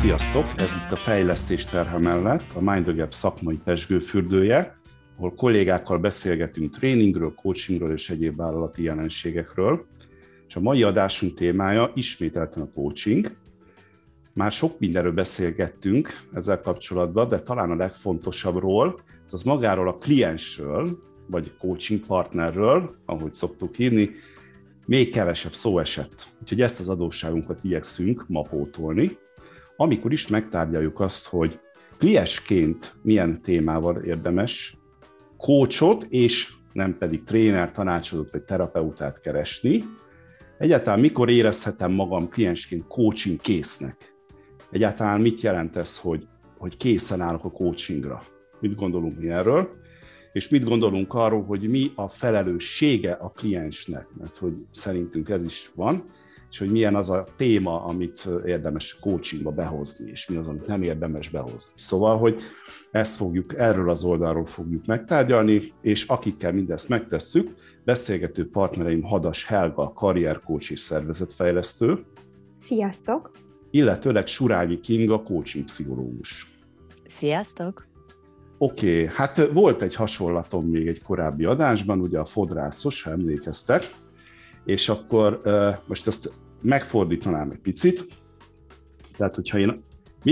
Sziasztok! Ez itt a Fejlesztés terhe mellett a Mind the Gap szakmai pezsgőfürdője, ahol kollégákkal beszélgetünk tréningről, coachingról és egyéb vállalati jelenségekről. És a mai adásunk témája ismételten a coaching. Már sok mindenről beszélgettünk ezzel kapcsolatban, de talán a legfontosabbról, az magáról a kliensről, vagy coaching partnerről, ahogy szoktuk hívni, még kevesebb szó esett. Úgyhogy ezt az adósságunkat igyekszünk ma pótolni, amikor is megtárgyaljuk azt, hogy kliensként milyen témával érdemes coachot, és nem pedig tréner, tanácsadót vagy terapeutát keresni. Egyáltalán mikor érezhetem magam kliensként coaching késznek? Egyáltalán mit jelent ez, hogy készen állok a coachingra? Mit gondolunk mi erről? És mit gondolunk arról, hogy mi a felelőssége a kliensnek? Mert hogy szerintünk ez is van, és hogy milyen az a téma, amit érdemes coachingba behozni, és mi az, amit nem érdemes behozni. Szóval, hogy erről az oldalról fogjuk megtárgyalni, és akikkel mindezt megtesszük, beszélgető partnereim Hadas Helga, karriercoach és szervezetfejlesztő. Sziasztok! Illetőleg Surányi Kinga, coaching pszichológus. Sziasztok! Oké, hát volt egy hasonlatom még egy korábbi adásban, ugye a fodrászos, ha emlékeztek, és akkor most ezt megfordítanám egy picit. Tehát, hogyha én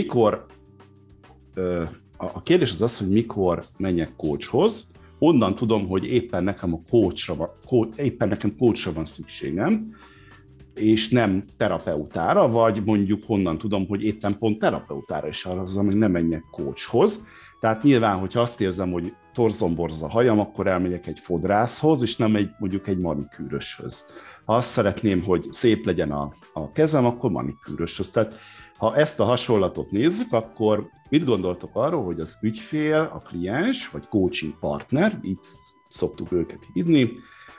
a kérdés az az, hogy mikor menjek coachhoz, onnan tudom, hogy éppen nekem coachra van szükségem, és nem terapeutára, vagy mondjuk honnan tudom, hogy éppen pont terapeutára, és arra az, hogy nem menjek coachhoz. Tehát nyilván, hogyha azt érzem, hogy torzomborz a hajam, akkor elmegyek egy fodrászhoz, és nem mondjuk egy manikűröshöz. Ha azt szeretném, hogy szép legyen a kezem, akkor manikűröshöz. Tehát ha ezt a hasonlatot nézzük, akkor mit gondoltok arról, hogy az ügyfél, a kliens, vagy coaching partner, így szoktuk őket hívni,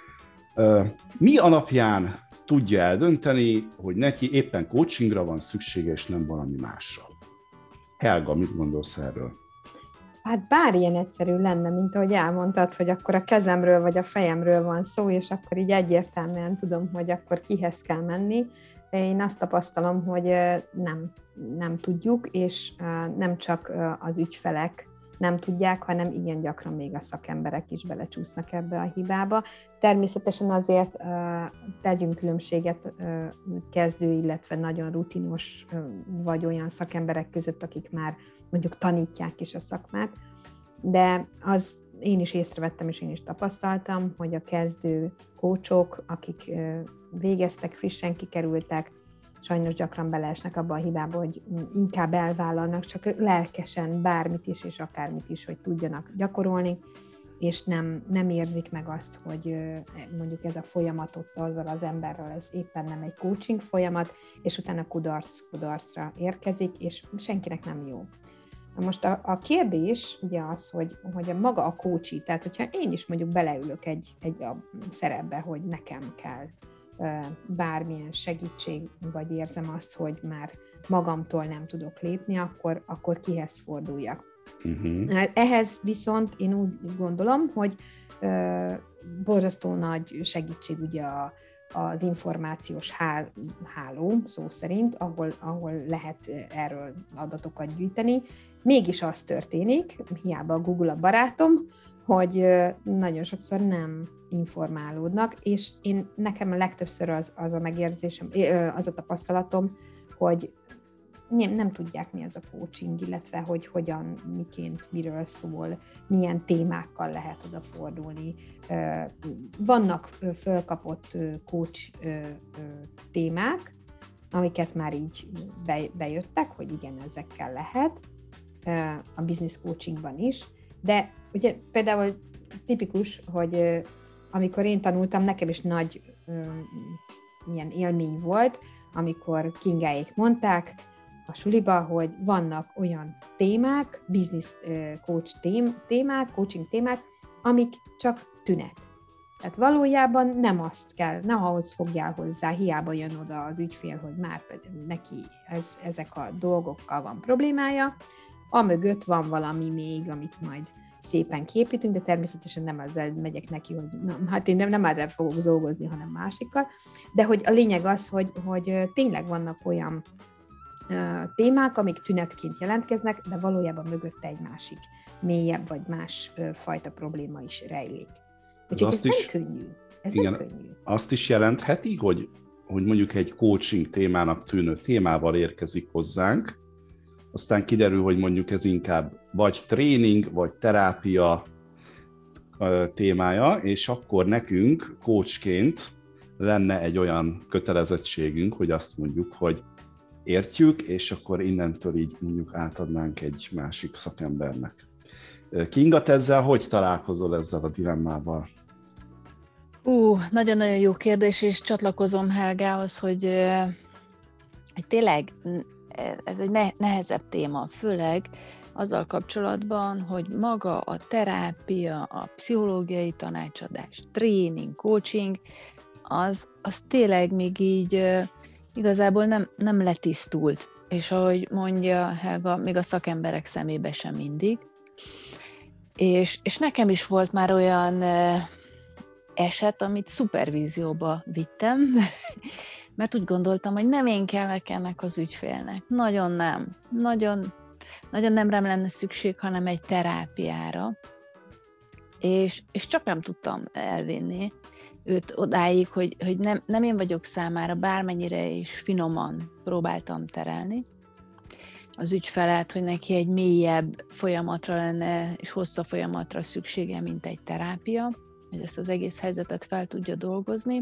mi alapján tudja eldönteni, hogy neki éppen coachingra van szüksége, és nem valami másra? Helga, mit gondolsz erről? Hát bár ilyen egyszerű lenne, mint ahogy elmondtad, hogy akkor a kezemről vagy a fejemről van szó, és akkor így egyértelműen tudom, hogy akkor kihez kell menni. Én azt tapasztalom, hogy nem tudjuk, és nem csak az ügyfelek nem tudják, hanem igen gyakran még a szakemberek is belecsúsznak ebbe a hibába. Természetesen azért tegyünk különbséget kezdő, illetve nagyon rutinos vagy olyan szakemberek között, akik már mondjuk tanítják is a szakmát, de az én is észrevettem, és én is tapasztaltam, hogy a kezdő coachok, akik végeztek, frissen kikerültek, sajnos gyakran beleesnek abba a hibába, hogy inkább elvállalnak, csak lelkesen bármit is, és akármit is, hogy tudjanak gyakorolni, és nem érzik meg azt, hogy mondjuk ez a folyamatot azzal az emberrel, ez éppen nem egy coaching folyamat, és utána kudarcra érkezik, és senkinek nem jó. Most a kérdés ugye az, hogy maga a coachi, tehát hogyha én is mondjuk beleülök egy a szerepbe, hogy nekem kell bármilyen segítség, vagy érzem azt, hogy már magamtól nem tudok lépni, akkor kihez forduljak. Uh-huh. Ehhez viszont én úgy gondolom, hogy borzasztó nagy segítség ugye az információs háló, szó szerint, ahol lehet erről adatokat gyűjteni. Mégis az történik, hiába a Google a barátom, hogy nagyon sokszor nem informálódnak, és nekem a legtöbbször az a megérzésem, az a tapasztalatom, hogy nem tudják, mi ez a coaching, illetve hogy hogyan, miként, miről szól, milyen témákkal lehet odafordulni. Vannak fölkapott coach témák, amiket már így bejöttek, hogy igen, ezekkel lehet, a business coachingban is, de ugye például tipikus, hogy amikor én tanultam, nekem is nagy ilyen élmény volt, amikor Kingáék mondták a suliba, hogy vannak olyan témák, business coach témák, coaching témák, amik csak tünet. Tehát valójában nem azt kell, nem ahhoz fogjál hozzá, hiába jön oda az ügyfél, hogy már neki ezek a dolgokkal van problémája, amögött van valami még, amit majd szépen képítünk, de természetesen nem ezzel megyek neki, hogy hát én nem ezzel fogok dolgozni, hanem másikkal, de hogy a lényeg az, hogy tényleg vannak olyan témák, amik tünetként jelentkeznek, de valójában mögötte egy másik, mélyebb vagy más fajta probléma is rejlik. Úgyhogy ez nem könnyű. Igen, nem könnyű. Azt is jelentheti, hogy mondjuk egy coaching témának tűnő témával érkezik hozzánk, aztán kiderül, hogy mondjuk ez inkább vagy tréning, vagy terápia témája, és akkor nekünk coachként lenne egy olyan kötelezettségünk, hogy azt mondjuk, hogy értjük, és akkor innentől így mondjuk átadnánk egy másik szakembernek. Kinga, te ezzel hogy találkozol ezzel a dilemmával? Nagyon-nagyon jó kérdés, és csatlakozom Helgához, hogy tényleg ez egy nehezebb téma, főleg azzal kapcsolatban, hogy maga a terápia, a pszichológiai tanácsadás, tréning, coaching, az tényleg még így igazából nem letisztult, és ahogy mondja Helga, még a szakemberek szemébe sem mindig. És nekem is volt már olyan eset, amit szupervízióba vittem, mert úgy gondoltam, hogy nem én kellek ennek az ügyfélnek. Nagyon nem. Nagyon nem rám lenne szükség, hanem egy terápiára. És csak nem tudtam elvinni őt odáig, hogy nem én vagyok számára, bármennyire is finoman próbáltam terelni az ügyfelet, hogy neki egy mélyebb folyamatra lenne, és hosszabb folyamatra szüksége, mint egy terápia, hogy ezt az egész helyzetet fel tudja dolgozni.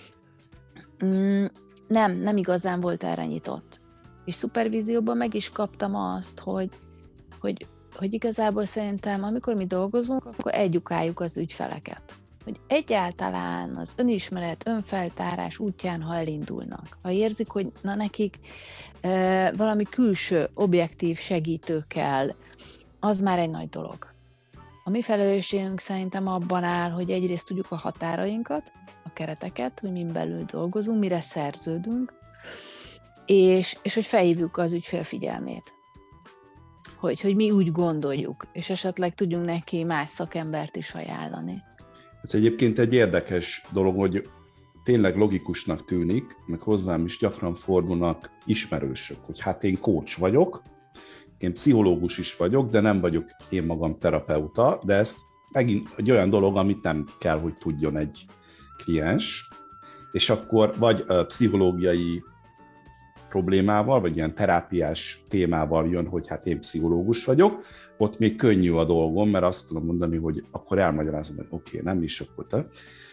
Nem igazán volt erre nyitott. És szupervízióban meg is kaptam azt, hogy igazából szerintem, amikor mi dolgozunk, akkor edukáljuk az ügyfeleket. Hogy egyáltalán az önismeret, önfeltárás útján, ha elindulnak, ha érzik, hogy nekik valami külső, objektív segítő kell, az már egy nagy dolog. A mi felelősségünk szerintem abban áll, hogy egyrészt tudjuk a határainkat, a kereteket, hogy min belül dolgozunk, mire szerződünk, és hogy felhívjuk az ügyfél figyelmét. Hogy mi úgy gondoljuk, és esetleg tudjunk neki más szakembert is ajánlani. Ez egyébként egy érdekes dolog, hogy tényleg logikusnak tűnik, meg hozzám is gyakran fordulnak ismerősök, hogy hát én coach vagyok, én pszichológus is vagyok, de nem vagyok én magam terapeuta, de ez megint egy olyan dolog, amit nem kell, hogy tudjon egy kliens, és akkor vagy pszichológiai problémával, vagy ilyen terápiás témával jön, hogy hát én pszichológus vagyok, ott még könnyű a dolgom, mert azt tudom mondani, hogy akkor elmagyarázom, hogy oké, nem is akkor te.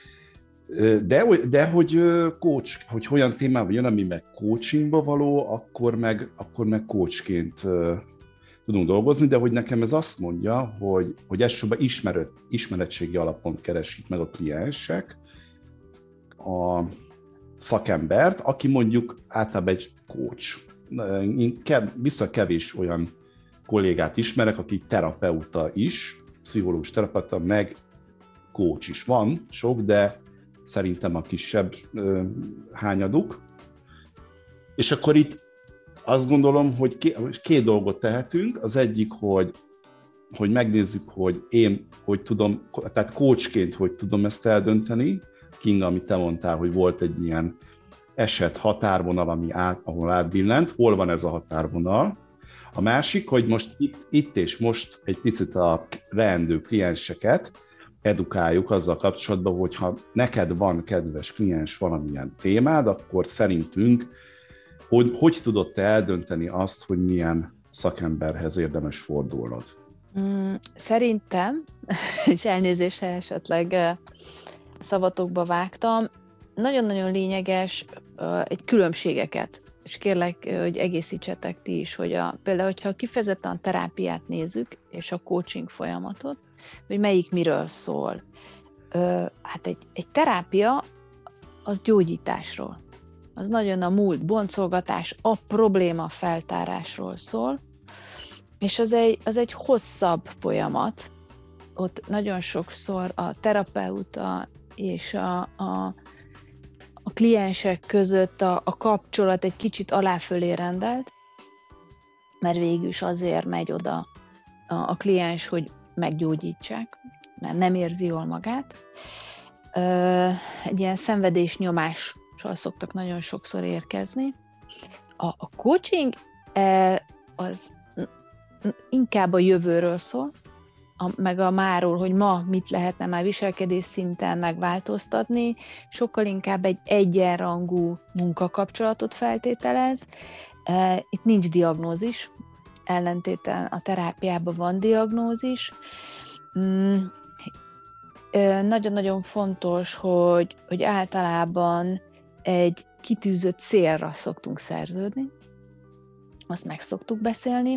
De hogy coach, hogy olyan témában jön, ami meg coachingba való, akkor meg coachként tudunk dolgozni, de hogy nekem ez azt mondja, hogy elsősorban ismeretségi alapon keresik meg a kliensek a szakembert, aki mondjuk általában egy coach. Viszont kevés olyan kollégát ismerek, aki terapeuta is, pszichológus terapeuta, meg coach is. Van sok, de szerintem a kisebb hányaduk. És akkor itt azt gondolom, hogy két dolgot tehetünk. Az egyik, hogy megnézzük, hogy én hogy tudom, tehát coachként hogy tudom ezt eldönteni. Kinga, amit te mondtál, hogy volt egy ilyen eset határvonal, ahol átbillent. Hol van ez a határvonal? A másik, hogy most itt és most egy picit a leendő klienseket edukáljuk azzal kapcsolatban, hogyha neked van, kedves kliens, valamilyen témád, akkor szerintünk hogy tudod te eldönteni azt, hogy milyen szakemberhez érdemes fordulnod? Szerintem, és elnézésre esetleg szavatokba vágtam, nagyon-nagyon lényeges egy különbségeket, és kérlek, hogy egészítsetek ti is, hogy például, hogyha kifejezetten a terápiát nézzük, és a coaching folyamatot, hogy melyik miről szól. Hát egy terápia az gyógyításról. Az nagyon a múlt boncolgatás, a probléma feltárásról szól, és az egy hosszabb folyamat. Ott nagyon sokszor a terapeuta és a kliensek között a kapcsolat egy kicsit aláfölé rendelt, mert végül is azért megy oda a kliens, hogy meggyógyítsák, mert nem érzi jól magát. Egy ilyen szenvedésnyomással szoktak nagyon sokszor érkezni. A coaching az inkább a jövőről szól, meg a máról, hogy ma mit lehetne már viselkedés szinten megváltoztatni, sokkal inkább egy egyenrangú munkakapcsolatot feltételez. Itt nincs diagnózis, ellentéten a terápiában van diagnózis. Nagyon-nagyon fontos, hogy általában egy kitűzött célra szoktunk szerződni, azt meg szoktuk beszélni.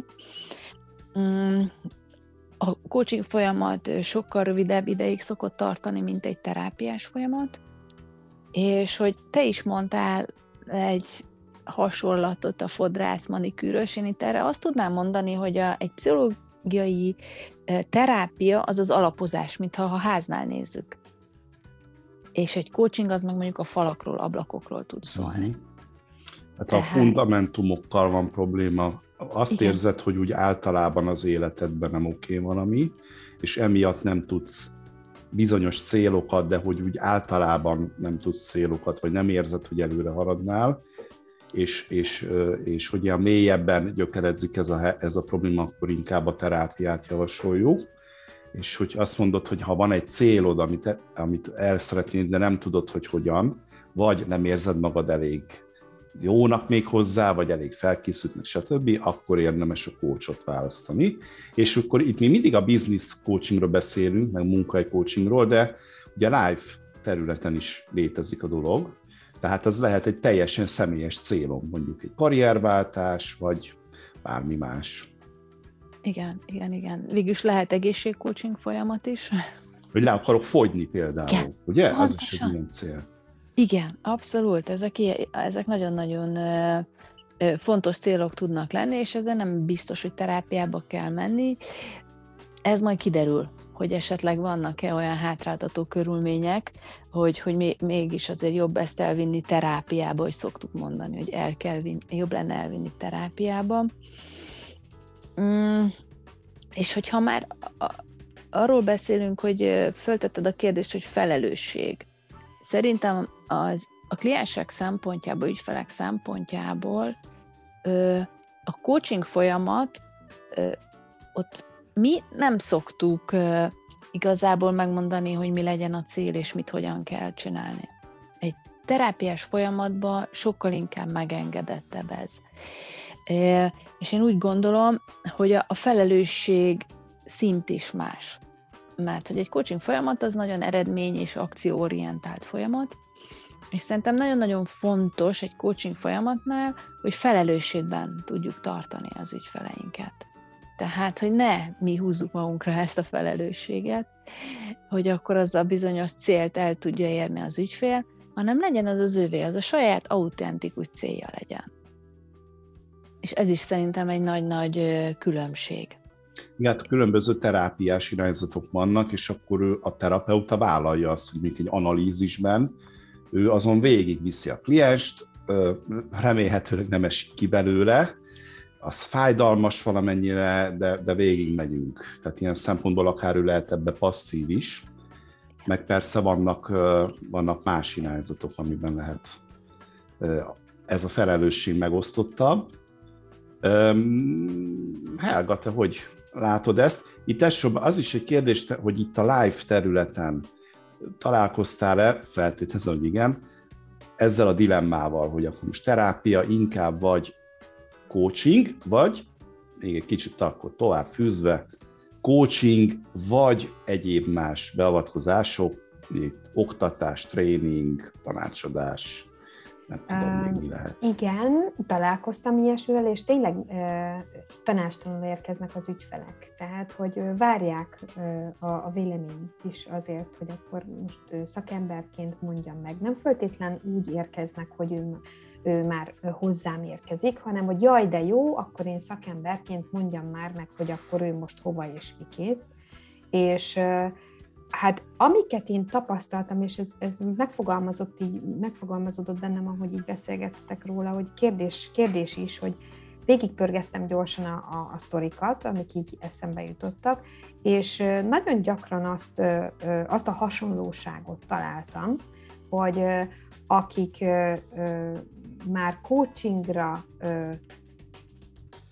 A coaching folyamat sokkal rövidebb ideig szokott tartani, mint egy terápiás folyamat, és hogy te is mondtál egy hasonlatot a fodrász manikűrös, én itt erre azt tudnám mondani, hogy egy pszichológiai terápia az az alapozás, mintha a háznál nézzük. És egy coaching az meg mondjuk a falakról, ablakokról tud szólni. Hát a fundamentumokkal van probléma. Azt igen. Érzed, hogy úgy általában az életedben nem oké valami, és emiatt nem tudsz bizonyos célokat, de hogy úgy általában nem tudsz célokat, vagy nem érzed, hogy előre haladnál, és hogy ilyen mélyebben gyökeredzik ez a probléma, akkor inkább a terápiát javasoljuk. És hogy azt mondod, hogy ha van egy célod, amit el szeretnéd, de nem tudod, hogy hogyan, vagy nem érzed magad elég jónak még hozzá, vagy elég felkészültnek, stb., akkor érdemes a coachot választani. És akkor itt mi mindig a business coachingról beszélünk, meg munkai coachingról, de ugye live területen is létezik a dolog. Tehát az lehet egy teljesen személyes célom, mondjuk egy karrierváltás, vagy bármi más. Igen. Végülis lehet egészségcoaching folyamat is. Hogy le akarok fogyni például, igen, ugye? Pontosan. Az is egy ilyen cél. Igen, abszolút. Ezek nagyon-nagyon fontos célok tudnak lenni, és ezzel nem biztos, hogy terápiába kell menni. Ez majd kiderül, hogy esetleg vannak-e olyan hátráltató körülmények, hogy mégis azért jobb ezt elvinni terápiába, hogy szoktuk mondani, hogy jobb lenne elvinni terápiába. És hogyha már arról beszélünk, hogy föltetted a kérdést, hogy felelősség. Szerintem a kliensek szempontjából, ügyfelek szempontjából a coaching folyamat, ott mi nem szoktuk igazából megmondani, hogy mi legyen a cél, és mit hogyan kell csinálni. Egy terápiás folyamatban sokkal inkább megengedettebb ez. És én úgy gondolom, hogy a felelősség szint is más. Mert hogy egy coaching folyamat az nagyon eredmény és akcióorientált folyamat, és szerintem nagyon-nagyon fontos egy coaching folyamatnál, hogy felelősségben tudjuk tartani az ügyfeleinket. Tehát, hogy ne mi húzzuk magunkra ezt a felelősséget, hogy akkor az a bizonyos célt el tudja érni az ügyfél, hanem legyen az övé, az a saját autentikus célja legyen. És ez is szerintem egy nagy-nagy különbség. Igen, különböző terápiás irányzatok vannak, és akkor a terapeuta vállalja azt, hogy még egy analízisben ő azon végigviszi a klienst, remélhetőleg nem esik ki belőle, az fájdalmas valamennyire, de végig megyünk. Tehát ilyen szempontból akár ő lehet ebbe passzív is, meg persze vannak más irányzatok, amiben lehet ez a felelősség megosztottabb. Helga, te hogy látod ezt? Itt elsősorban az is egy kérdés, hogy itt a live területen találkoztál-e, feltételezem, hogy igen, ezzel a dilemmával, hogy akkor most terápia inkább vagy coaching, vagy még egy kicsit akkor tovább fűzve, coaching, vagy egyéb más beavatkozások, oktatás, tréning, tanácsadás, nem tudom még mi lehet. Igen, találkoztam ilyesmivel, és tényleg tanástalanul érkeznek az ügyfelek. Tehát, hogy várják a véleményt is azért, hogy akkor most szakemberként mondjam meg. Nem feltétlen úgy érkeznek, hogy ő már hozzám érkezik, hanem hogy jaj, de jó, akkor én szakemberként mondjam már meg, hogy akkor ő most hova és miképp. És hát amiket én tapasztaltam, és ez megfogalmazódott bennem, ahogy így beszélgettek róla, hogy kérdés is, hogy végigpörgettem gyorsan a sztorikat, amik így eszembe jutottak, és nagyon gyakran azt a hasonlóságot találtam, hogy akik már coachingra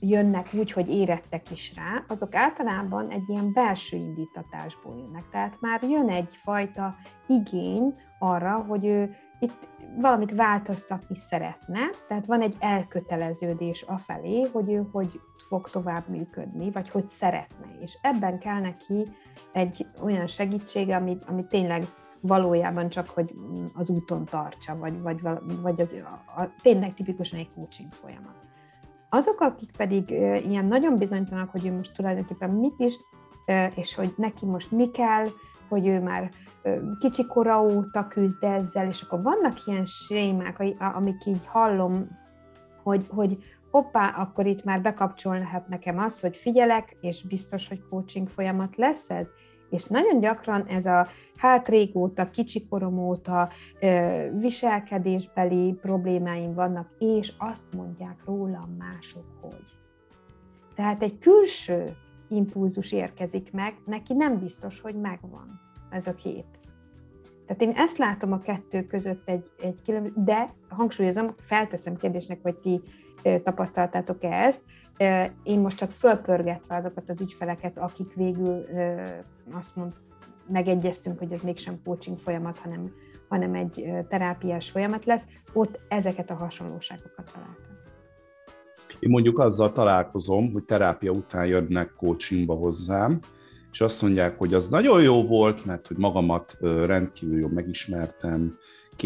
jönnek úgy, hogy érettek is rá, azok általában egy ilyen belső indítatásból jönnek. Tehát már jön egyfajta igény arra, hogy ő itt valamit változtatni szeretne, tehát van egy elköteleződés afelé, hogy ő hogy fog tovább működni, vagy hogy szeretne. És ebben kell neki egy olyan segítség, ami tényleg valójában csak, hogy az úton tartsa, vagy tényleg tipikusan egy coaching folyamat. Azok, akik pedig ilyen nagyon bizonytalanak, hogy ő most tulajdonképpen mit is, és hogy neki most mi kell, hogy ő már kicsi kora óta küzd ezzel, és akkor vannak ilyen sémák, amik így hallom, hogy hoppá, akkor itt már bekapcsolhat nekem az, hogy figyelek, és biztos, hogy coaching folyamat lesz ez. És nagyon gyakran ez a régóta, kicsikorom óta viselkedésbeli problémáim vannak, és azt mondják rólam mások, hogy. Tehát egy külső impulzus érkezik meg, neki nem biztos, hogy megvan ez a kép. Tehát én ezt látom a kettő között egy különböző, de hangsúlyozom, felteszem kérdésnek, hogy ti tapasztaltátok-e ezt. Én most csak fölpörgetve azokat az ügyfeleket, akik végül azt mondom, megegyeztünk, hogy ez mégsem coaching folyamat, hanem egy terápiás folyamat lesz, ott ezeket a hasonlóságokat találtam. Én mondjuk azzal találkozom, hogy terápia után jönnek coachingba hozzám, és azt mondják, hogy az nagyon jó volt, mert hogy magamat rendkívül jól megismertem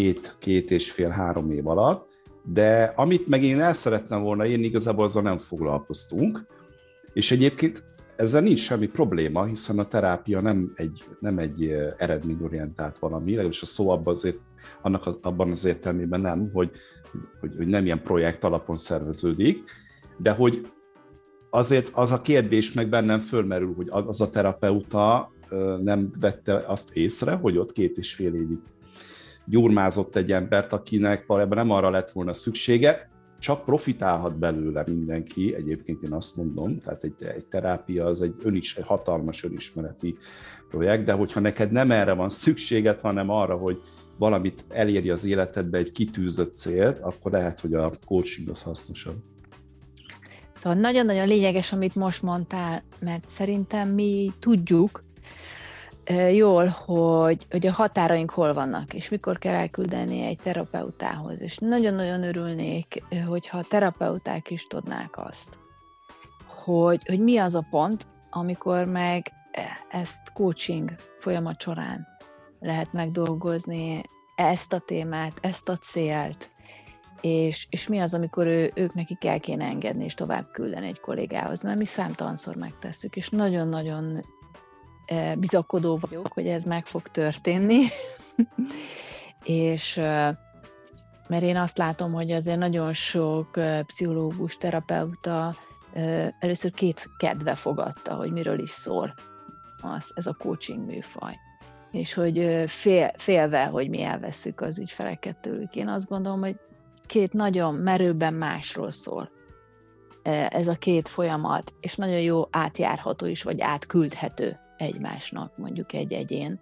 2,5-3 év alatt, de amit meg én el szerettem volna érni, igazából azzal nem foglalkoztunk, és egyébként ezzel nincs semmi probléma, hiszen a terápia nem egy eredményorientált valami, legalábbis a szó abban az értelmében nem, hogy nem ilyen projekt alapon szerveződik, de hogy azért az a kérdés meg bennem fölmerül, hogy az a terapeuta nem vette azt észre, hogy ott 2,5 évig gyurmázott egy embert, akinek valójában nem arra lett volna szüksége, csak profitálhat belőle mindenki, egyébként én azt mondom, tehát egy terápia az egy hatalmas önismereti projekt, de hogyha neked nem erre van szükséged, hanem arra, hogy valamit elérj az életedbe, egy kitűzött célt, akkor lehet, hogy a coaching az hasznosabb. Szóval nagyon-nagyon lényeges, amit most mondtál, mert szerintem mi tudjuk jól, hogy a határaink hol vannak, és mikor kell elküldeni egy terapeutához. És nagyon-nagyon örülnék, hogyha a terapeuták is tudnák azt, hogy mi az a pont, amikor meg ezt coaching folyamat során lehet megdolgozni, ezt a témát, ezt a célt, és mi az, amikor ők nekik el kéne engedni, és tovább küldeni egy kollégához, mert mi számtalanszor megtesszük, és nagyon-nagyon bizakodó vagyok, hogy ez meg fog történni, és mert én azt látom, hogy azért nagyon sok pszichológus, terapeuta először kétkedve fogadta, hogy miről is szól ez a coaching műfaj. És hogy félve, hogy mi elvesszük az ügyfeleket tőlük. Én azt gondolom, hogy két nagyon merőben másról szól ez a két folyamat, és nagyon jó átjárható is, vagy átküldhető egymásnak, mondjuk egy egyén.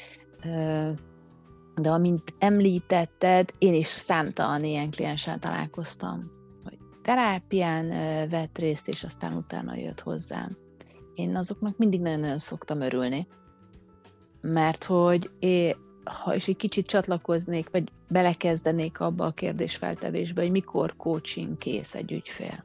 De amint említetted, én is számtalan ilyen klienssel találkoztam, hogy terápián vett részt, és aztán utána jött hozzám. Én azoknak mindig nagyon-nagyon szoktam örülni, mert hogy ha is egy kicsit csatlakoznék, vagy belekezdenék abba a kérdésfeltevésbe, hogy mikor coaching kész egy ügyfél.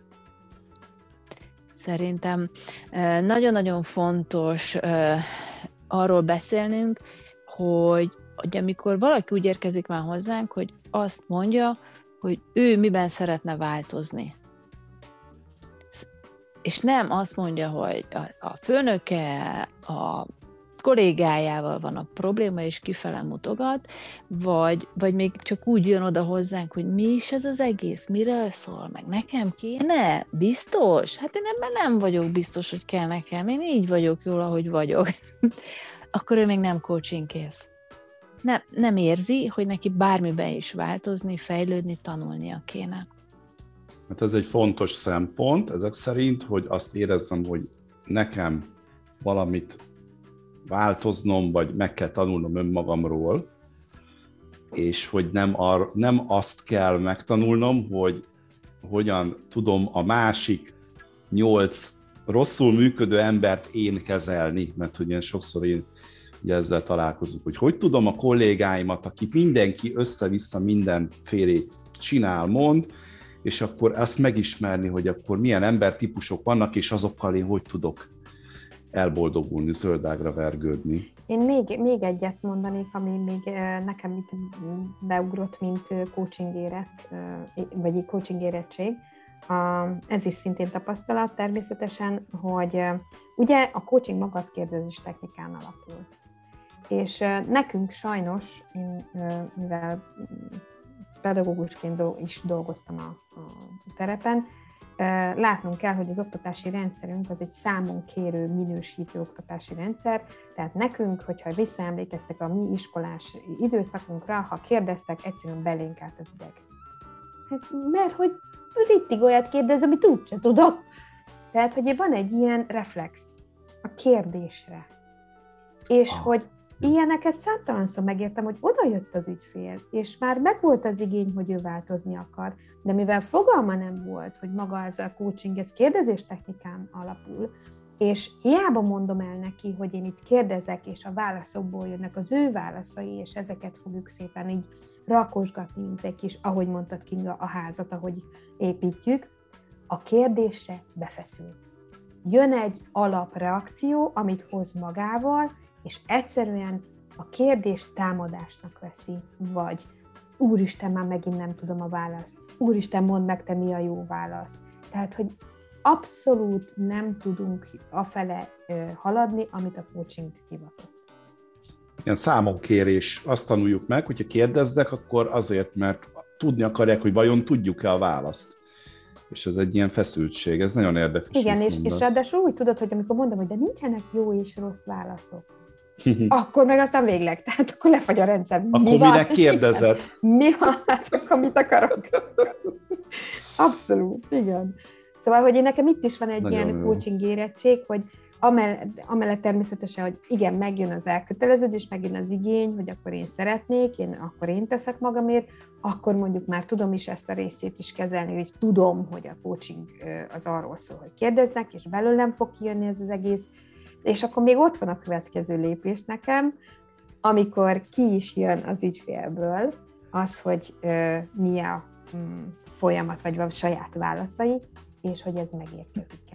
Szerintem nagyon-nagyon fontos arról beszélnünk, hogy amikor valaki úgy érkezik már hozzánk, hogy azt mondja, hogy ő miben szeretne változni. És nem azt mondja, hogy a főnöke, a kollégájával van a probléma, és kifele mutogat, vagy még csak úgy jön oda hozzánk, hogy mi is ez az egész, miről szól, meg nekem kéne? Biztos? Hát én ebben nem vagyok biztos, hogy kell nekem, én így vagyok jól, ahogy vagyok. Akkor ő még nem coaching kész. Nem érzi, hogy neki bármiben is változni, fejlődni, tanulnia kéne. Hát ez egy fontos szempont, ezek szerint, hogy azt érezzem, hogy nekem valamit változnom, vagy meg kell tanulnom önmagamról, és hogy nem azt kell megtanulnom, hogy hogyan tudom a másik 8 rosszul működő embert én kezelni, mert ugye sokszor én ugye ezzel találkozunk, hogy tudom a kollégáimat, akik mindenki össze-vissza mindenfélét csinál, mond, és akkor ezt megismerni, hogy akkor milyen embertípusok vannak, és azokkal én hogy tudok elboldogulni, zöldágra vergődni. Én még egyet mondanék, ami még nekem itt beugrott, mint coaching érett, vagy coaching érettség. Ez is szintén tapasztalat természetesen, hogy ugye a coaching maga az kérdezés technikán alapul. És nekünk sajnos, én mivel pedagógusként is dolgoztam a terepen, látnunk kell, hogy az oktatási rendszerünk az egy számon kérő, minősítő oktatási rendszer, tehát nekünk, hogyha visszaemlékeztek a mi iskolás időszakunkra, ha kérdeztek, egyszerűen belénk állt az ideg. Hát, mert hogy rittig olyat kérdez, amit úgyse tudok. Tehát, hogy van egy ilyen reflex a kérdésre. És hogy ilyeneket számtalanszor megértem, hogy oda jött az ügyfél, és már megvolt az igény, hogy ő változni akar, de mivel fogalma nem volt, hogy maga ez a coaching, ez kérdezéstechnikán alapul, és hiába mondom el neki, hogy én itt kérdezek, és a válaszokból jönnek az ő válaszai, és ezeket fogjuk szépen így rakosgatni, mint egy kis, ahogy mondtad Kinga, a házat, ahogy építjük, a kérdésre befeszül. Jön egy alapreakció, amit hoz magával, és egyszerűen a kérdést támadásnak veszi, vagy úristen, már megint nem tudom a választ, úristen, mondd meg te, mi a jó válasz. Tehát, hogy abszolút nem tudunk afele haladni, amit a coaching hivatott. Ilyen számonkérés, azt tanuljuk meg, hogyha kérdeznek, akkor azért, mert tudni akarják, hogy vajon tudjuk-e a választ. És ez egy ilyen feszültség, ez nagyon érdekes. Igen, és ráadásul úgy tudod, hogy amikor mondom, hogy de nincsenek jó és rossz válaszok, akkor meg aztán végleg, tehát akkor lefagy a rendszer. Akkor minek kérdezed? Mi van? Hát akkor mit akarok? Abszolút, igen. Szóval, hogy nekem itt is van egy nagyon ilyen coaching érettség, hogy amellett természetesen, hogy igen, megjön az elköteleződés, megjön az igény, hogy akkor én szeretnék, akkor én teszek magamért, akkor mondjuk már tudom is ezt a részét is kezelni, hogy tudom, hogy a coaching az arról szól, hogy kérdeznek, és belőlem fog kijönni ez az egész, és akkor még ott van a következő lépés nekem, amikor ki is jön az ügyfélből az, hogy mi a folyamat, vagy a saját válaszai, és hogy ez megérkezik-e.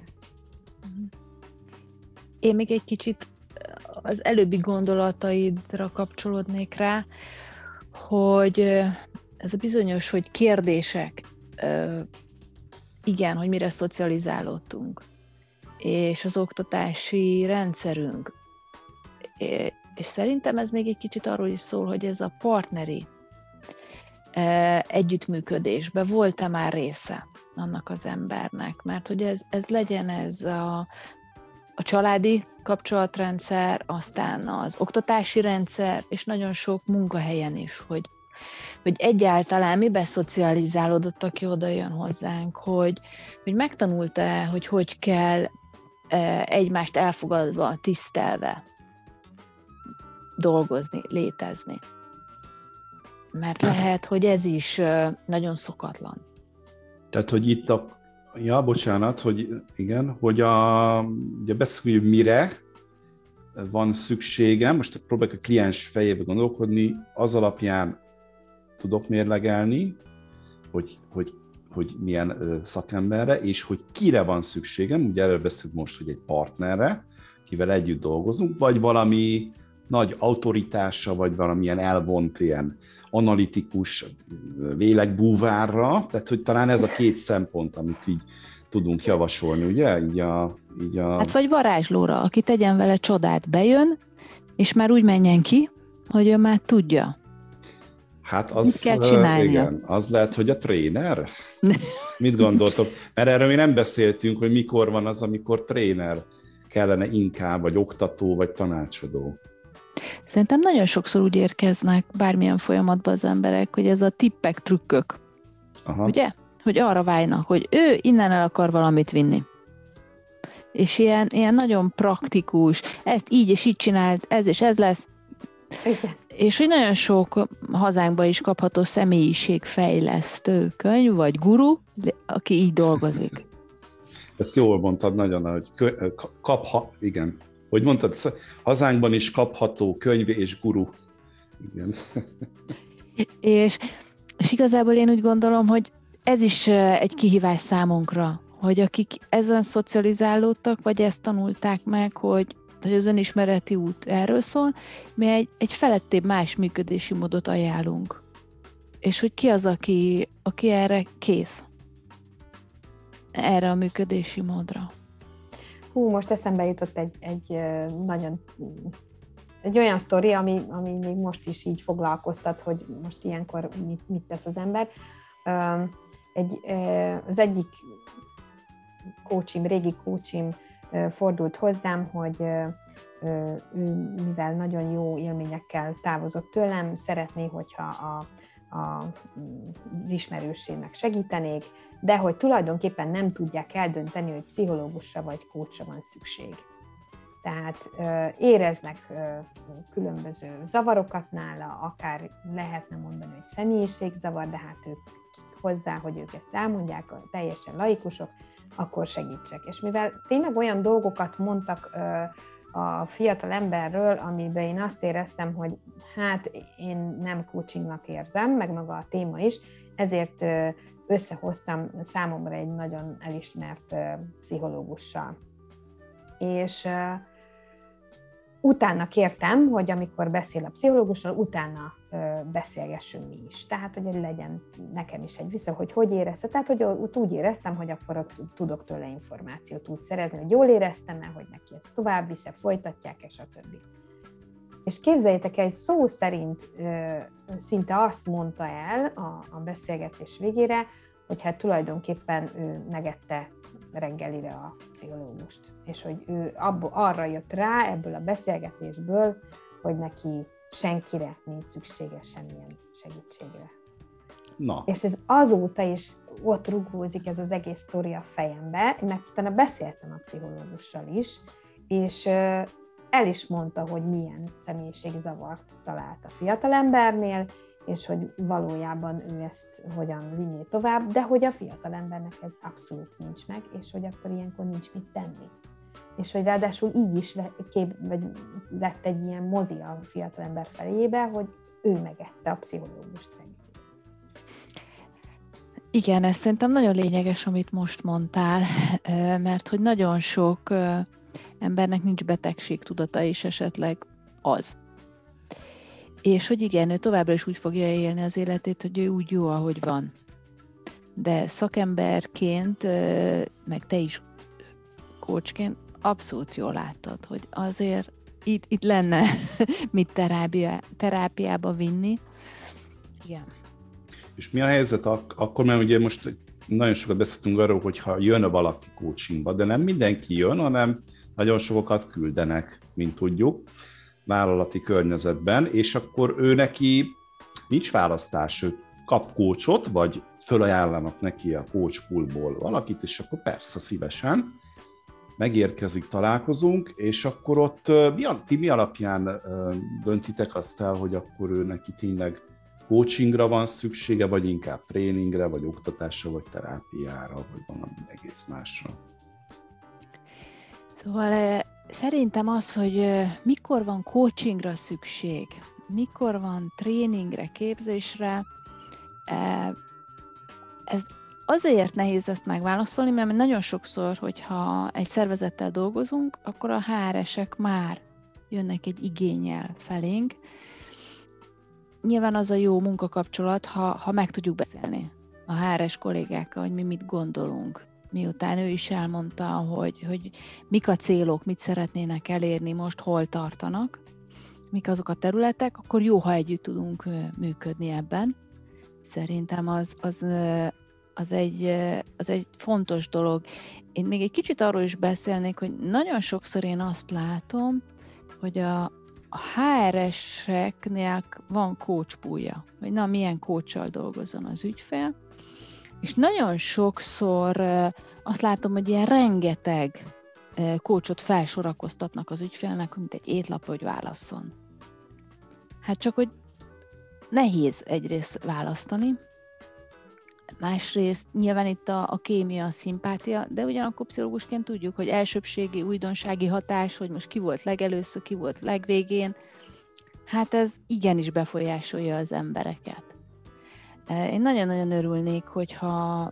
Én még egy kicsit az előbbi gondolataidra kapcsolódnék rá, hogy ez a bizonyos, hogy kérdések, igen, hogy mire szocializálódtunk, és az oktatási rendszerünk. És szerintem ez még egy kicsit arról is szól, hogy ez a partneri együttműködésbe volt-e már része annak az embernek, mert hogy ez legyen ez a családi kapcsolatrendszer, aztán az oktatási rendszer, és nagyon sok munkahelyen is, hogy egyáltalán mi beszocializálódott, aki oda jön hozzánk, hogy megtanult-e, hogy kell egymást elfogadva, tisztelve dolgozni, létezni. Mert lehet, hogy ez is nagyon szokatlan. Tehát, hogy itt bocsánat, hogy igen, hogy ugye beszéljük, hogy mire van szükségem, most próbálok a kliens fejébe gondolkodni, az alapján tudok mérlegelni, hogy milyen szakemberre, és hogy kire van szükségem, ugye erről beszélünk most, hogy egy partnerre, kivel együtt dolgozunk, vagy valami nagy autoritása, vagy valamilyen elvont ilyen analitikus vélegbúvárra, tehát hogy talán ez a két szempont, amit így tudunk javasolni, ugye? Hát vagy varázslóra, aki tegyen vele csodát, bejön, és már úgy menjen ki, hogy ő már tudja. Hát az, mit kell csinálnia? Igen, az lehet, hogy a tréner? Mit gondoltok? Mert erről mi nem beszéltünk, hogy mikor van az, amikor tréner kellene inkább, vagy oktató, vagy tanácsadó. Szerintem nagyon sokszor úgy érkeznek bármilyen folyamatban az emberek, hogy ez a tippek, trükkök. Aha. Ugye? Hogy arra vágynak, hogy ő innen el akar valamit vinni. És ilyen nagyon praktikus, ezt így és így csinált, ez és ez lesz. Igen. És hogy nagyon sok hazánkban is kapható személyiségfejlesztő könyv, vagy guru, aki így dolgozik. Ezt jól mondtad nagyon, hogy igen. Hogy mondtad, hazánkban is kapható könyv és guru. Igen. És igazából én úgy gondolom, hogy ez is egy kihívás számunkra, hogy akik ezen szocializálódtak, vagy ezt tanulták meg, hogy az önismereti út erről szól, mi egy felettébb más működési módot ajánlunk. És hogy ki az, aki erre kész? Erre a működési módra. Most eszembe jutott egy olyan sztori, ami még most is így foglalkoztat, hogy most ilyenkor mit tesz az ember. Az egyik régi coachim fordult hozzám, hogy ő, mivel nagyon jó élményekkel távozott tőlem, szeretné, hogyha az ismerősének segítenék, de hogy tulajdonképpen nem tudják eldönteni, hogy pszichológusra vagy coachra van szükség. Tehát éreznek különböző zavarokat nála, akár lehetne mondani, hogy személyiségzavar, de hát ők hozzá, hogy ők ezt elmondják, teljesen laikusok, akkor segítsek. És mivel tényleg olyan dolgokat mondtak a fiatal emberről, amiben én azt éreztem, hogy hát én nem coachingnak érzem, meg maga a téma is, ezért összehoztam számomra egy nagyon elismert pszichológussal. És utána kértem, hogy amikor beszél a pszichológussal, utána beszélgessünk mi is. Tehát, hogy legyen nekem is egy vissza, hogy érezte. Tehát, hogy úgy éreztem, hogy akkor ott tudok tőle információt úgy szerezni, hogy jól éreztem-e, hogy neki ezt tovább visze, folytatják-e, stb. És képzeljétek el, szó szerint szinte azt mondta el a beszélgetés végére, hogy hát tulajdonképpen ő megette reggelire a pszichológust. És hogy ő arra jött rá ebből a beszélgetésből, hogy neki senkire nincs szüksége semmilyen segítségre. Na. És ez azóta is ott rugózik ez az egész sztori a fejembe, mert utána beszéltem a pszichológussal is, és el is mondta, hogy milyen személyiségzavart talált a fiatalembernél, és hogy valójában ő ezt hogyan vinné tovább, de hogy a fiatalembernek ez abszolút nincs meg, és hogy akkor ilyenkor nincs mit tenni. És hogy ráadásul így is lett egy ilyen mozi a fiatalember felébe, hogy ő megette a pszichológust reggel. Igen, ez szerintem nagyon lényeges, amit most mondtál, mert hogy nagyon sok embernek nincs betegségtudata is esetleg az. És hogy igen, ő továbbra is úgy fogja élni az életét, hogy ő úgy jó, ahogy van. De szakemberként, meg te is coachként abszolút jól láttad, hogy azért itt lenne mit terápiába vinni. Igen. És mi a helyzet akkor, mert ugye most nagyon sokat beszéltünk arról, hogyha jön valaki coachingba, de nem mindenki jön, hanem nagyon sokat küldenek, mint tudjuk, vállalati környezetben, és akkor ő neki nincs választás, ő kap coachot, vagy fölajánlanak neki a coach poolból valakit, és akkor persze szívesen megérkezik, találkozunk, és akkor ott mi alapján döntitek azt el, hogy akkor ő neki tényleg coachingra van szüksége, vagy inkább tréningre, vagy oktatásra, vagy terápiára, vagy valami egész másra? Szóval szerintem az, hogy mikor van coachingra szükség, mikor van tréningre, képzésre, ez azért nehéz ezt megválaszolni, mert nagyon sokszor, hogyha egy szervezettel dolgozunk, akkor a HR-esek már jönnek egy igénnyel felénk. Nyilván az a jó munkakapcsolat, ha meg tudjuk beszélni a HR-es kollégákkal, hogy mi mit gondolunk. Miután ő is elmondta, hogy mik a célok, mit szeretnének elérni, most hol tartanak, mik azok a területek, akkor jó, ha együtt tudunk működni ebben. Szerintem az egy fontos dolog. Én még egy kicsit arról is beszélnék, hogy nagyon sokszor én azt látom, hogy a HR-eseknél van coach poolja, hogy na, milyen coachsal dolgozzon az ügyfél, és nagyon sokszor azt látom, hogy ilyen rengeteg coachot felsorakoztatnak az ügyfélnek, mint egy étlap, hogy válasszon. Hát csak, hogy nehéz egyrészt választani, Másrészt nyilván itt a kémia, a szimpátia, de ugyanakkor pszichológusként tudjuk, hogy elsőbbségi, újdonsági hatás, hogy most ki volt legelőször, ki volt legvégén, hát ez igenis befolyásolja az embereket. Én nagyon-nagyon örülnék, hogyha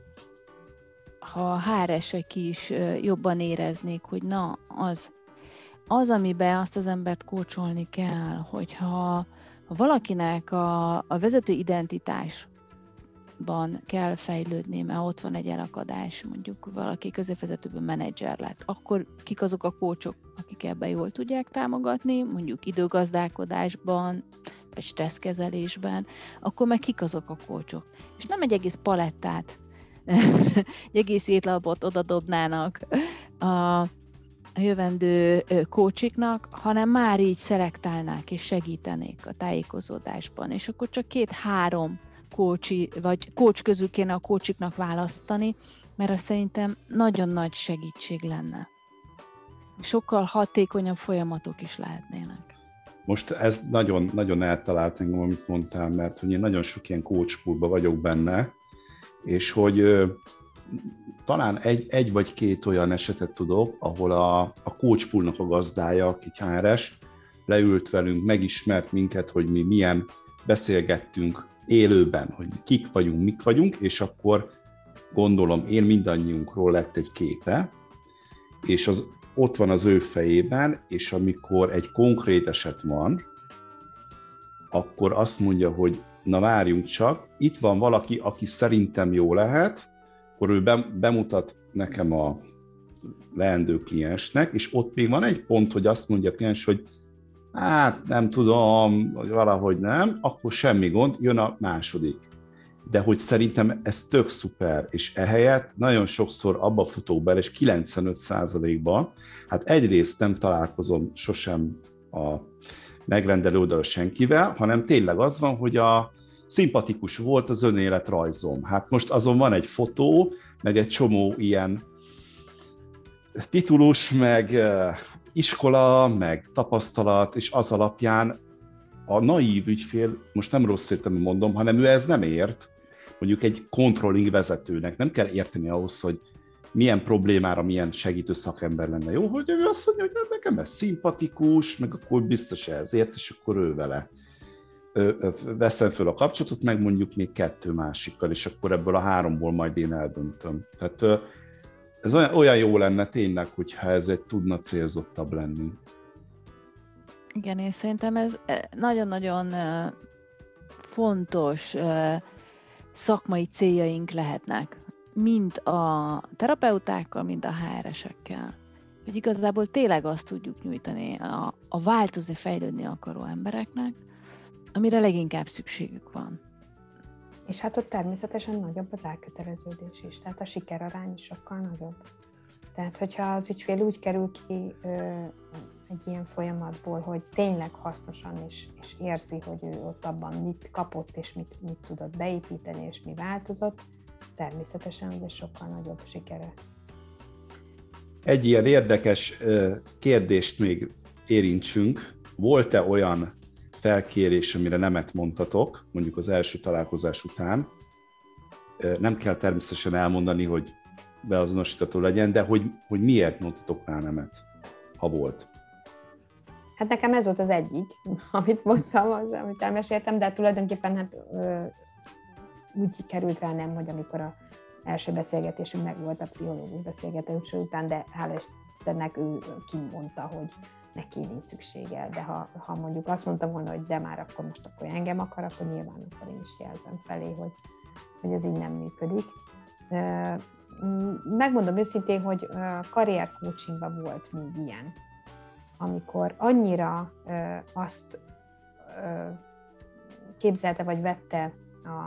a HR-esek is jobban éreznék, hogy na, az, amiben azt az embert kócsolni kell, hogyha valakinek a vezető identitásban kell fejlődni, mert ott van egy elakadás, mondjuk valaki középvezetőben menedzser lett, akkor kik azok a kócsok, akik ebben jól tudják támogatni, mondjuk időgazdálkodásban, vagy stresszkezelésben, akkor meg kik azok a kócsok. És nem egy egész palettát, egy egész étlapot oda dobnának a jövendő kócsiknak, hanem már így szelektálnák és segítenék a tájékozódásban. És akkor csak 2-3 kócsi, vagy kócs közül kéne a kócsiknak választani, mert az szerintem nagyon nagy segítség lenne. Sokkal hatékonyabb folyamatok is lehetnének. Most ez nagyon, nagyon eltalált engem, amit mondtál, mert hogy én nagyon sok ilyen coachpoolban vagyok benne, és hogy talán egy vagy két olyan esetet tudok, ahol a coachpoolnak a gazdája, aki HR-es, leült velünk, megismert minket, hogy mi milyen beszélgettünk élőben, hogy kik vagyunk, mik vagyunk, és akkor gondolom én mindannyiunkról lett egy képe, és ott van az ő fejében, és amikor egy konkrét eset van, akkor azt mondja, hogy na várjunk csak, itt van valaki, aki szerintem jó lehet, akkor ő bemutat nekem a leendő kliensnek, és ott még van egy pont, hogy azt mondja a kliens, hogy hát nem tudom, vagy valahogy nem, akkor semmi gond, jön a második. De hogy szerintem ez tök szuper, és ehelyett nagyon sokszor abba futok bele, és 95%-ban, hát egyrészt nem találkozom sosem a megrendelő oldalra senkivel, hanem tényleg az van, hogy szimpatikus volt az önéletrajzom. Hát most azon van egy fotó, meg egy csomó ilyen titulus, meg iskola, meg tapasztalat, és az alapján a naív ügyfél, most nem rossz értelemben mondom, hanem ő ez nem ért, mondjuk egy controlling vezetőnek nem kell érteni ahhoz, hogy milyen problémára milyen segítő szakember lenne jó, hogy ő azt mondja, hogy nekem ez szimpatikus, meg akkor biztos ezért, és akkor ő vele veszem föl a kapcsolatot, meg mondjuk még 2 másikkal, és akkor ebből a 3-ból majd én eldöntöm. Tehát ez olyan jó lenne tényleg, hogyha ez egy tudna célzottabb lenni. Igen, én szerintem ez nagyon-nagyon fontos szakmai céljaink lehetnek, mind a terapeutákkal, mind a HR-esekkel. Hogy igazából tényleg azt tudjuk nyújtani a változni, fejlődni akaró embereknek, amire leginkább szükségük van. És hát ott természetesen nagyobb az elköteleződés is, tehát a sikerarány is sokkal nagyobb. Tehát, hogyha az ügyfél úgy kerül ki egy ilyen folyamatból, hogy tényleg hasznosan és érzi, hogy ő ott abban mit kapott, és mit tudott beépíteni, és mi változott, természetesen ez sokkal nagyobb sikere. Egy ilyen érdekes kérdést még érintsünk. Volt-e olyan felkérés, amire nemet mondtatok, mondjuk az első találkozás után? Nem kell természetesen elmondani, hogy beazonosítható legyen, de hogy miért mondtatok rá nemet, ha volt? Hát nekem ez volt az egyik, amit mondtam, amit elmeséltem, de tulajdonképpen hát úgy került rá nem, hogy amikor az első beszélgetésünk meg volt a pszichológus beszélgetés után, de hála Istennek ő kimondta, hogy neki nincs szüksége, de ha mondjuk azt mondtam volna, hogy de már akkor most akkor engem akar, akkor nyilván akkor én is jelzem felé, hogy ez így nem működik. Megmondom őszintén, hogy karriercoachingban volt még ilyen, amikor annyira azt képzelte vagy vette,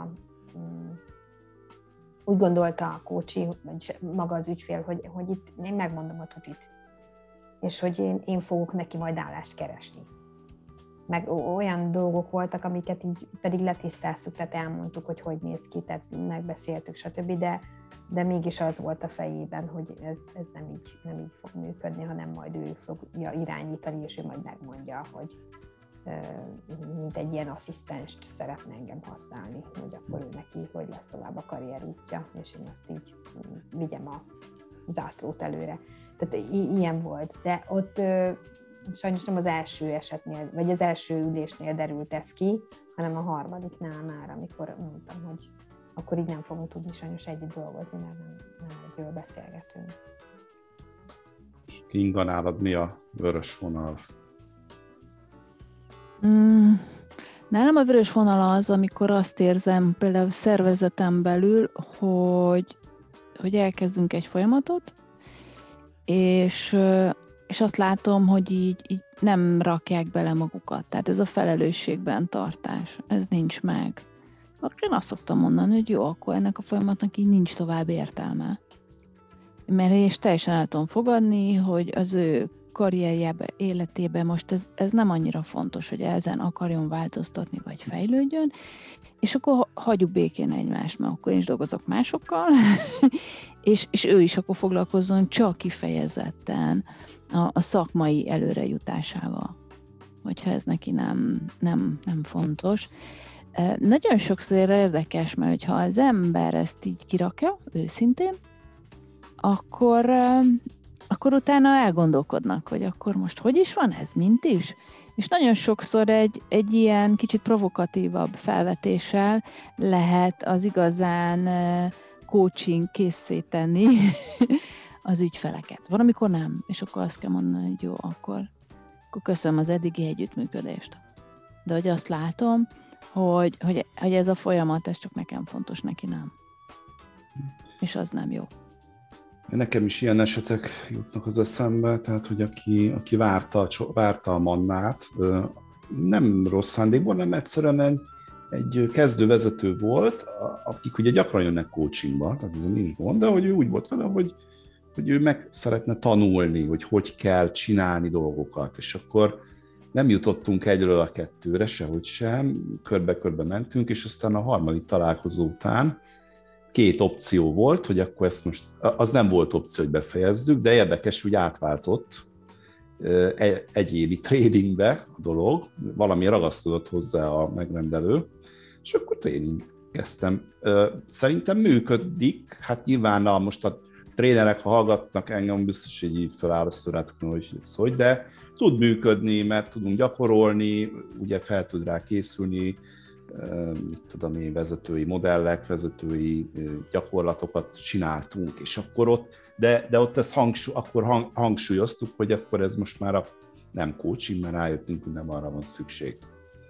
úgy gondolta a coachi, vagy maga az ügyfél, hogy itt én megmondom a tutit, és hogy én fogok neki majd állást keresni. Meg olyan dolgok voltak, amiket így pedig letisztáztuk, tehát elmondtuk, hogy néz ki, tehát megbeszéltük, stb., de mégis az volt a fejében, hogy ez nem így fog működni, hanem majd ő fogja irányítani, és ő majd megmondja, hogy mint egy ilyen asszisztenst szeretne engem használni, hogy akkor ő neki, hogy lesz tovább a karrierútja, és én azt így vigyem a zászlót előre. Tehát ilyen volt, de ott sajnos nem az első esetnél, vagy az első ülésnél derült ez ki, hanem a harmadiknál már, amikor mondtam, hogy akkor így nem fogunk tudni sajnos együtt dolgozni, mert nem egyről beszélgetünk. Kinga, nálad mi a vörös vonal? Nálam a vörös vonal az, amikor azt érzem például szervezetem belül, hogy elkezdünk egy folyamatot, és azt látom, hogy így nem rakják bele magukat. Tehát ez a felelősségben tartás, ez nincs meg. Akkor én azt szoktam mondani, hogy jó, akkor ennek a folyamatnak így nincs tovább értelme. Mert én is teljesen el tudom fogadni, hogy az ő karrierjében, életében most ez nem annyira fontos, hogy ezen akarjon változtatni, vagy fejlődjön, és akkor hagyjuk békén egymást, mert akkor én is dolgozok másokkal, és ő is akkor foglalkozzon csak kifejezetten a szakmai előrejutásával, hogyha ez neki nem fontos. Nagyon sokszor érdekes, mert ha az ember ezt így kirakja, őszintén, akkor utána elgondolkodnak, hogy akkor most hogy is van ez, mint is? És nagyon sokszor egy ilyen kicsit provokatívabb felvetéssel lehet az igazán coaching készé tenni az ügyfeleket. Van, amikor nem, és akkor azt kell mondani, hogy jó, akkor köszönöm az eddigi együttműködést. De hogy azt látom, hogy ez a folyamat, ez csak nekem fontos, neki nem. És az nem jó. Nekem is ilyen esetek jutnak az eszembe, tehát, hogy aki várta a mannát, nem rossz szándékból, nem egyszerűen egy kezdővezető volt, akik ugye gyakran jönnek coachingba, tehát ez nincs gond, de hogy ő úgy volt vele, hogy ő meg szeretne tanulni, hogy kell csinálni dolgokat, és akkor nem jutottunk egyről a kettőre, sehogy sem, körbe-körbe mentünk, és aztán a harmadik találkozó után 2 opció volt, hogy akkor ezt most, az nem volt opció, hogy befejezzük, de érdekes, hogy átváltott egyéni tréningbe a dolog, valami ragaszkodott hozzá a megrendelő, és akkor tréningeztem. Szerintem működik, hát nyilván most a trénerek, ha hallgatnak engem, biztos, hogy így felállasztó rá tudni, hogy ez hogy, de tud működni, mert tudunk gyakorolni, ugye fel tud rá készülni, mit tudom én, vezetői modellek, vezetői gyakorlatokat csináltunk, és akkor ott, de ott ezt akkor hangsúlyoztuk, hogy akkor ez most már nem coaching, mert rájöttünk, hogy nem arra van szükség.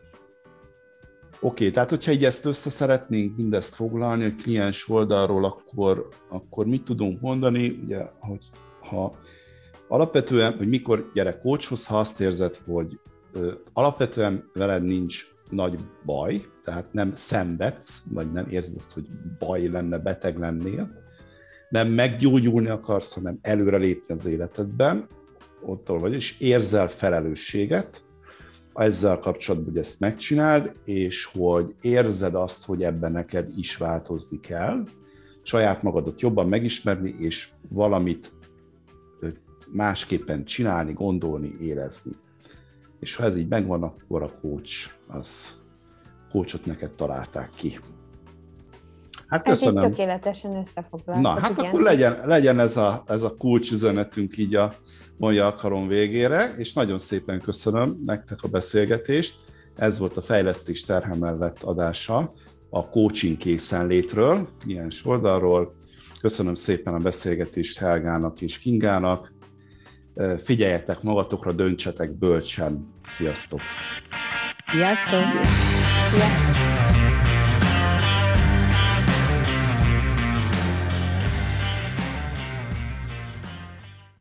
Oké, tehát hogyha így ezt össze szeretnénk mindezt foglalni a kliens oldalról, akkor mit tudunk mondani, ugye, hogy ha alapvetően, hogy mikor gyere coachhoz, ha azt érzed, hogy alapvetően veled nincs nagy baj, tehát nem szenvedsz, vagy nem érzed azt, hogy baj lenne, beteg lennél, nem meggyógyulni akarsz, hanem előrelépni az életedben, ottól vagy, és érzel felelősséget, ezzel kapcsolatban, hogy ezt megcsináld, és hogy érzed azt, hogy ebben neked is változni kell, saját magadat jobban megismerni, és valamit másképpen csinálni, gondolni, érezni. És ha ez így megvan, akkor a coachot neked találták ki. Hát köszönöm. Ez így tökéletesen összefoglaltad. Na, hát igen. Akkor legyen ez a kulcs üzenetünk így a mai alkalom végére, és nagyon szépen köszönöm nektek a beszélgetést. Ez volt a Fejlesztés terhe mellett adása a coaching készenlétről, ilyen oldalról. Köszönöm szépen a beszélgetést Helgának és Kingának. Figyeljetek magatokra, döntsetek bölcsen. Sziasztok! Sziasztok! Sziasztok!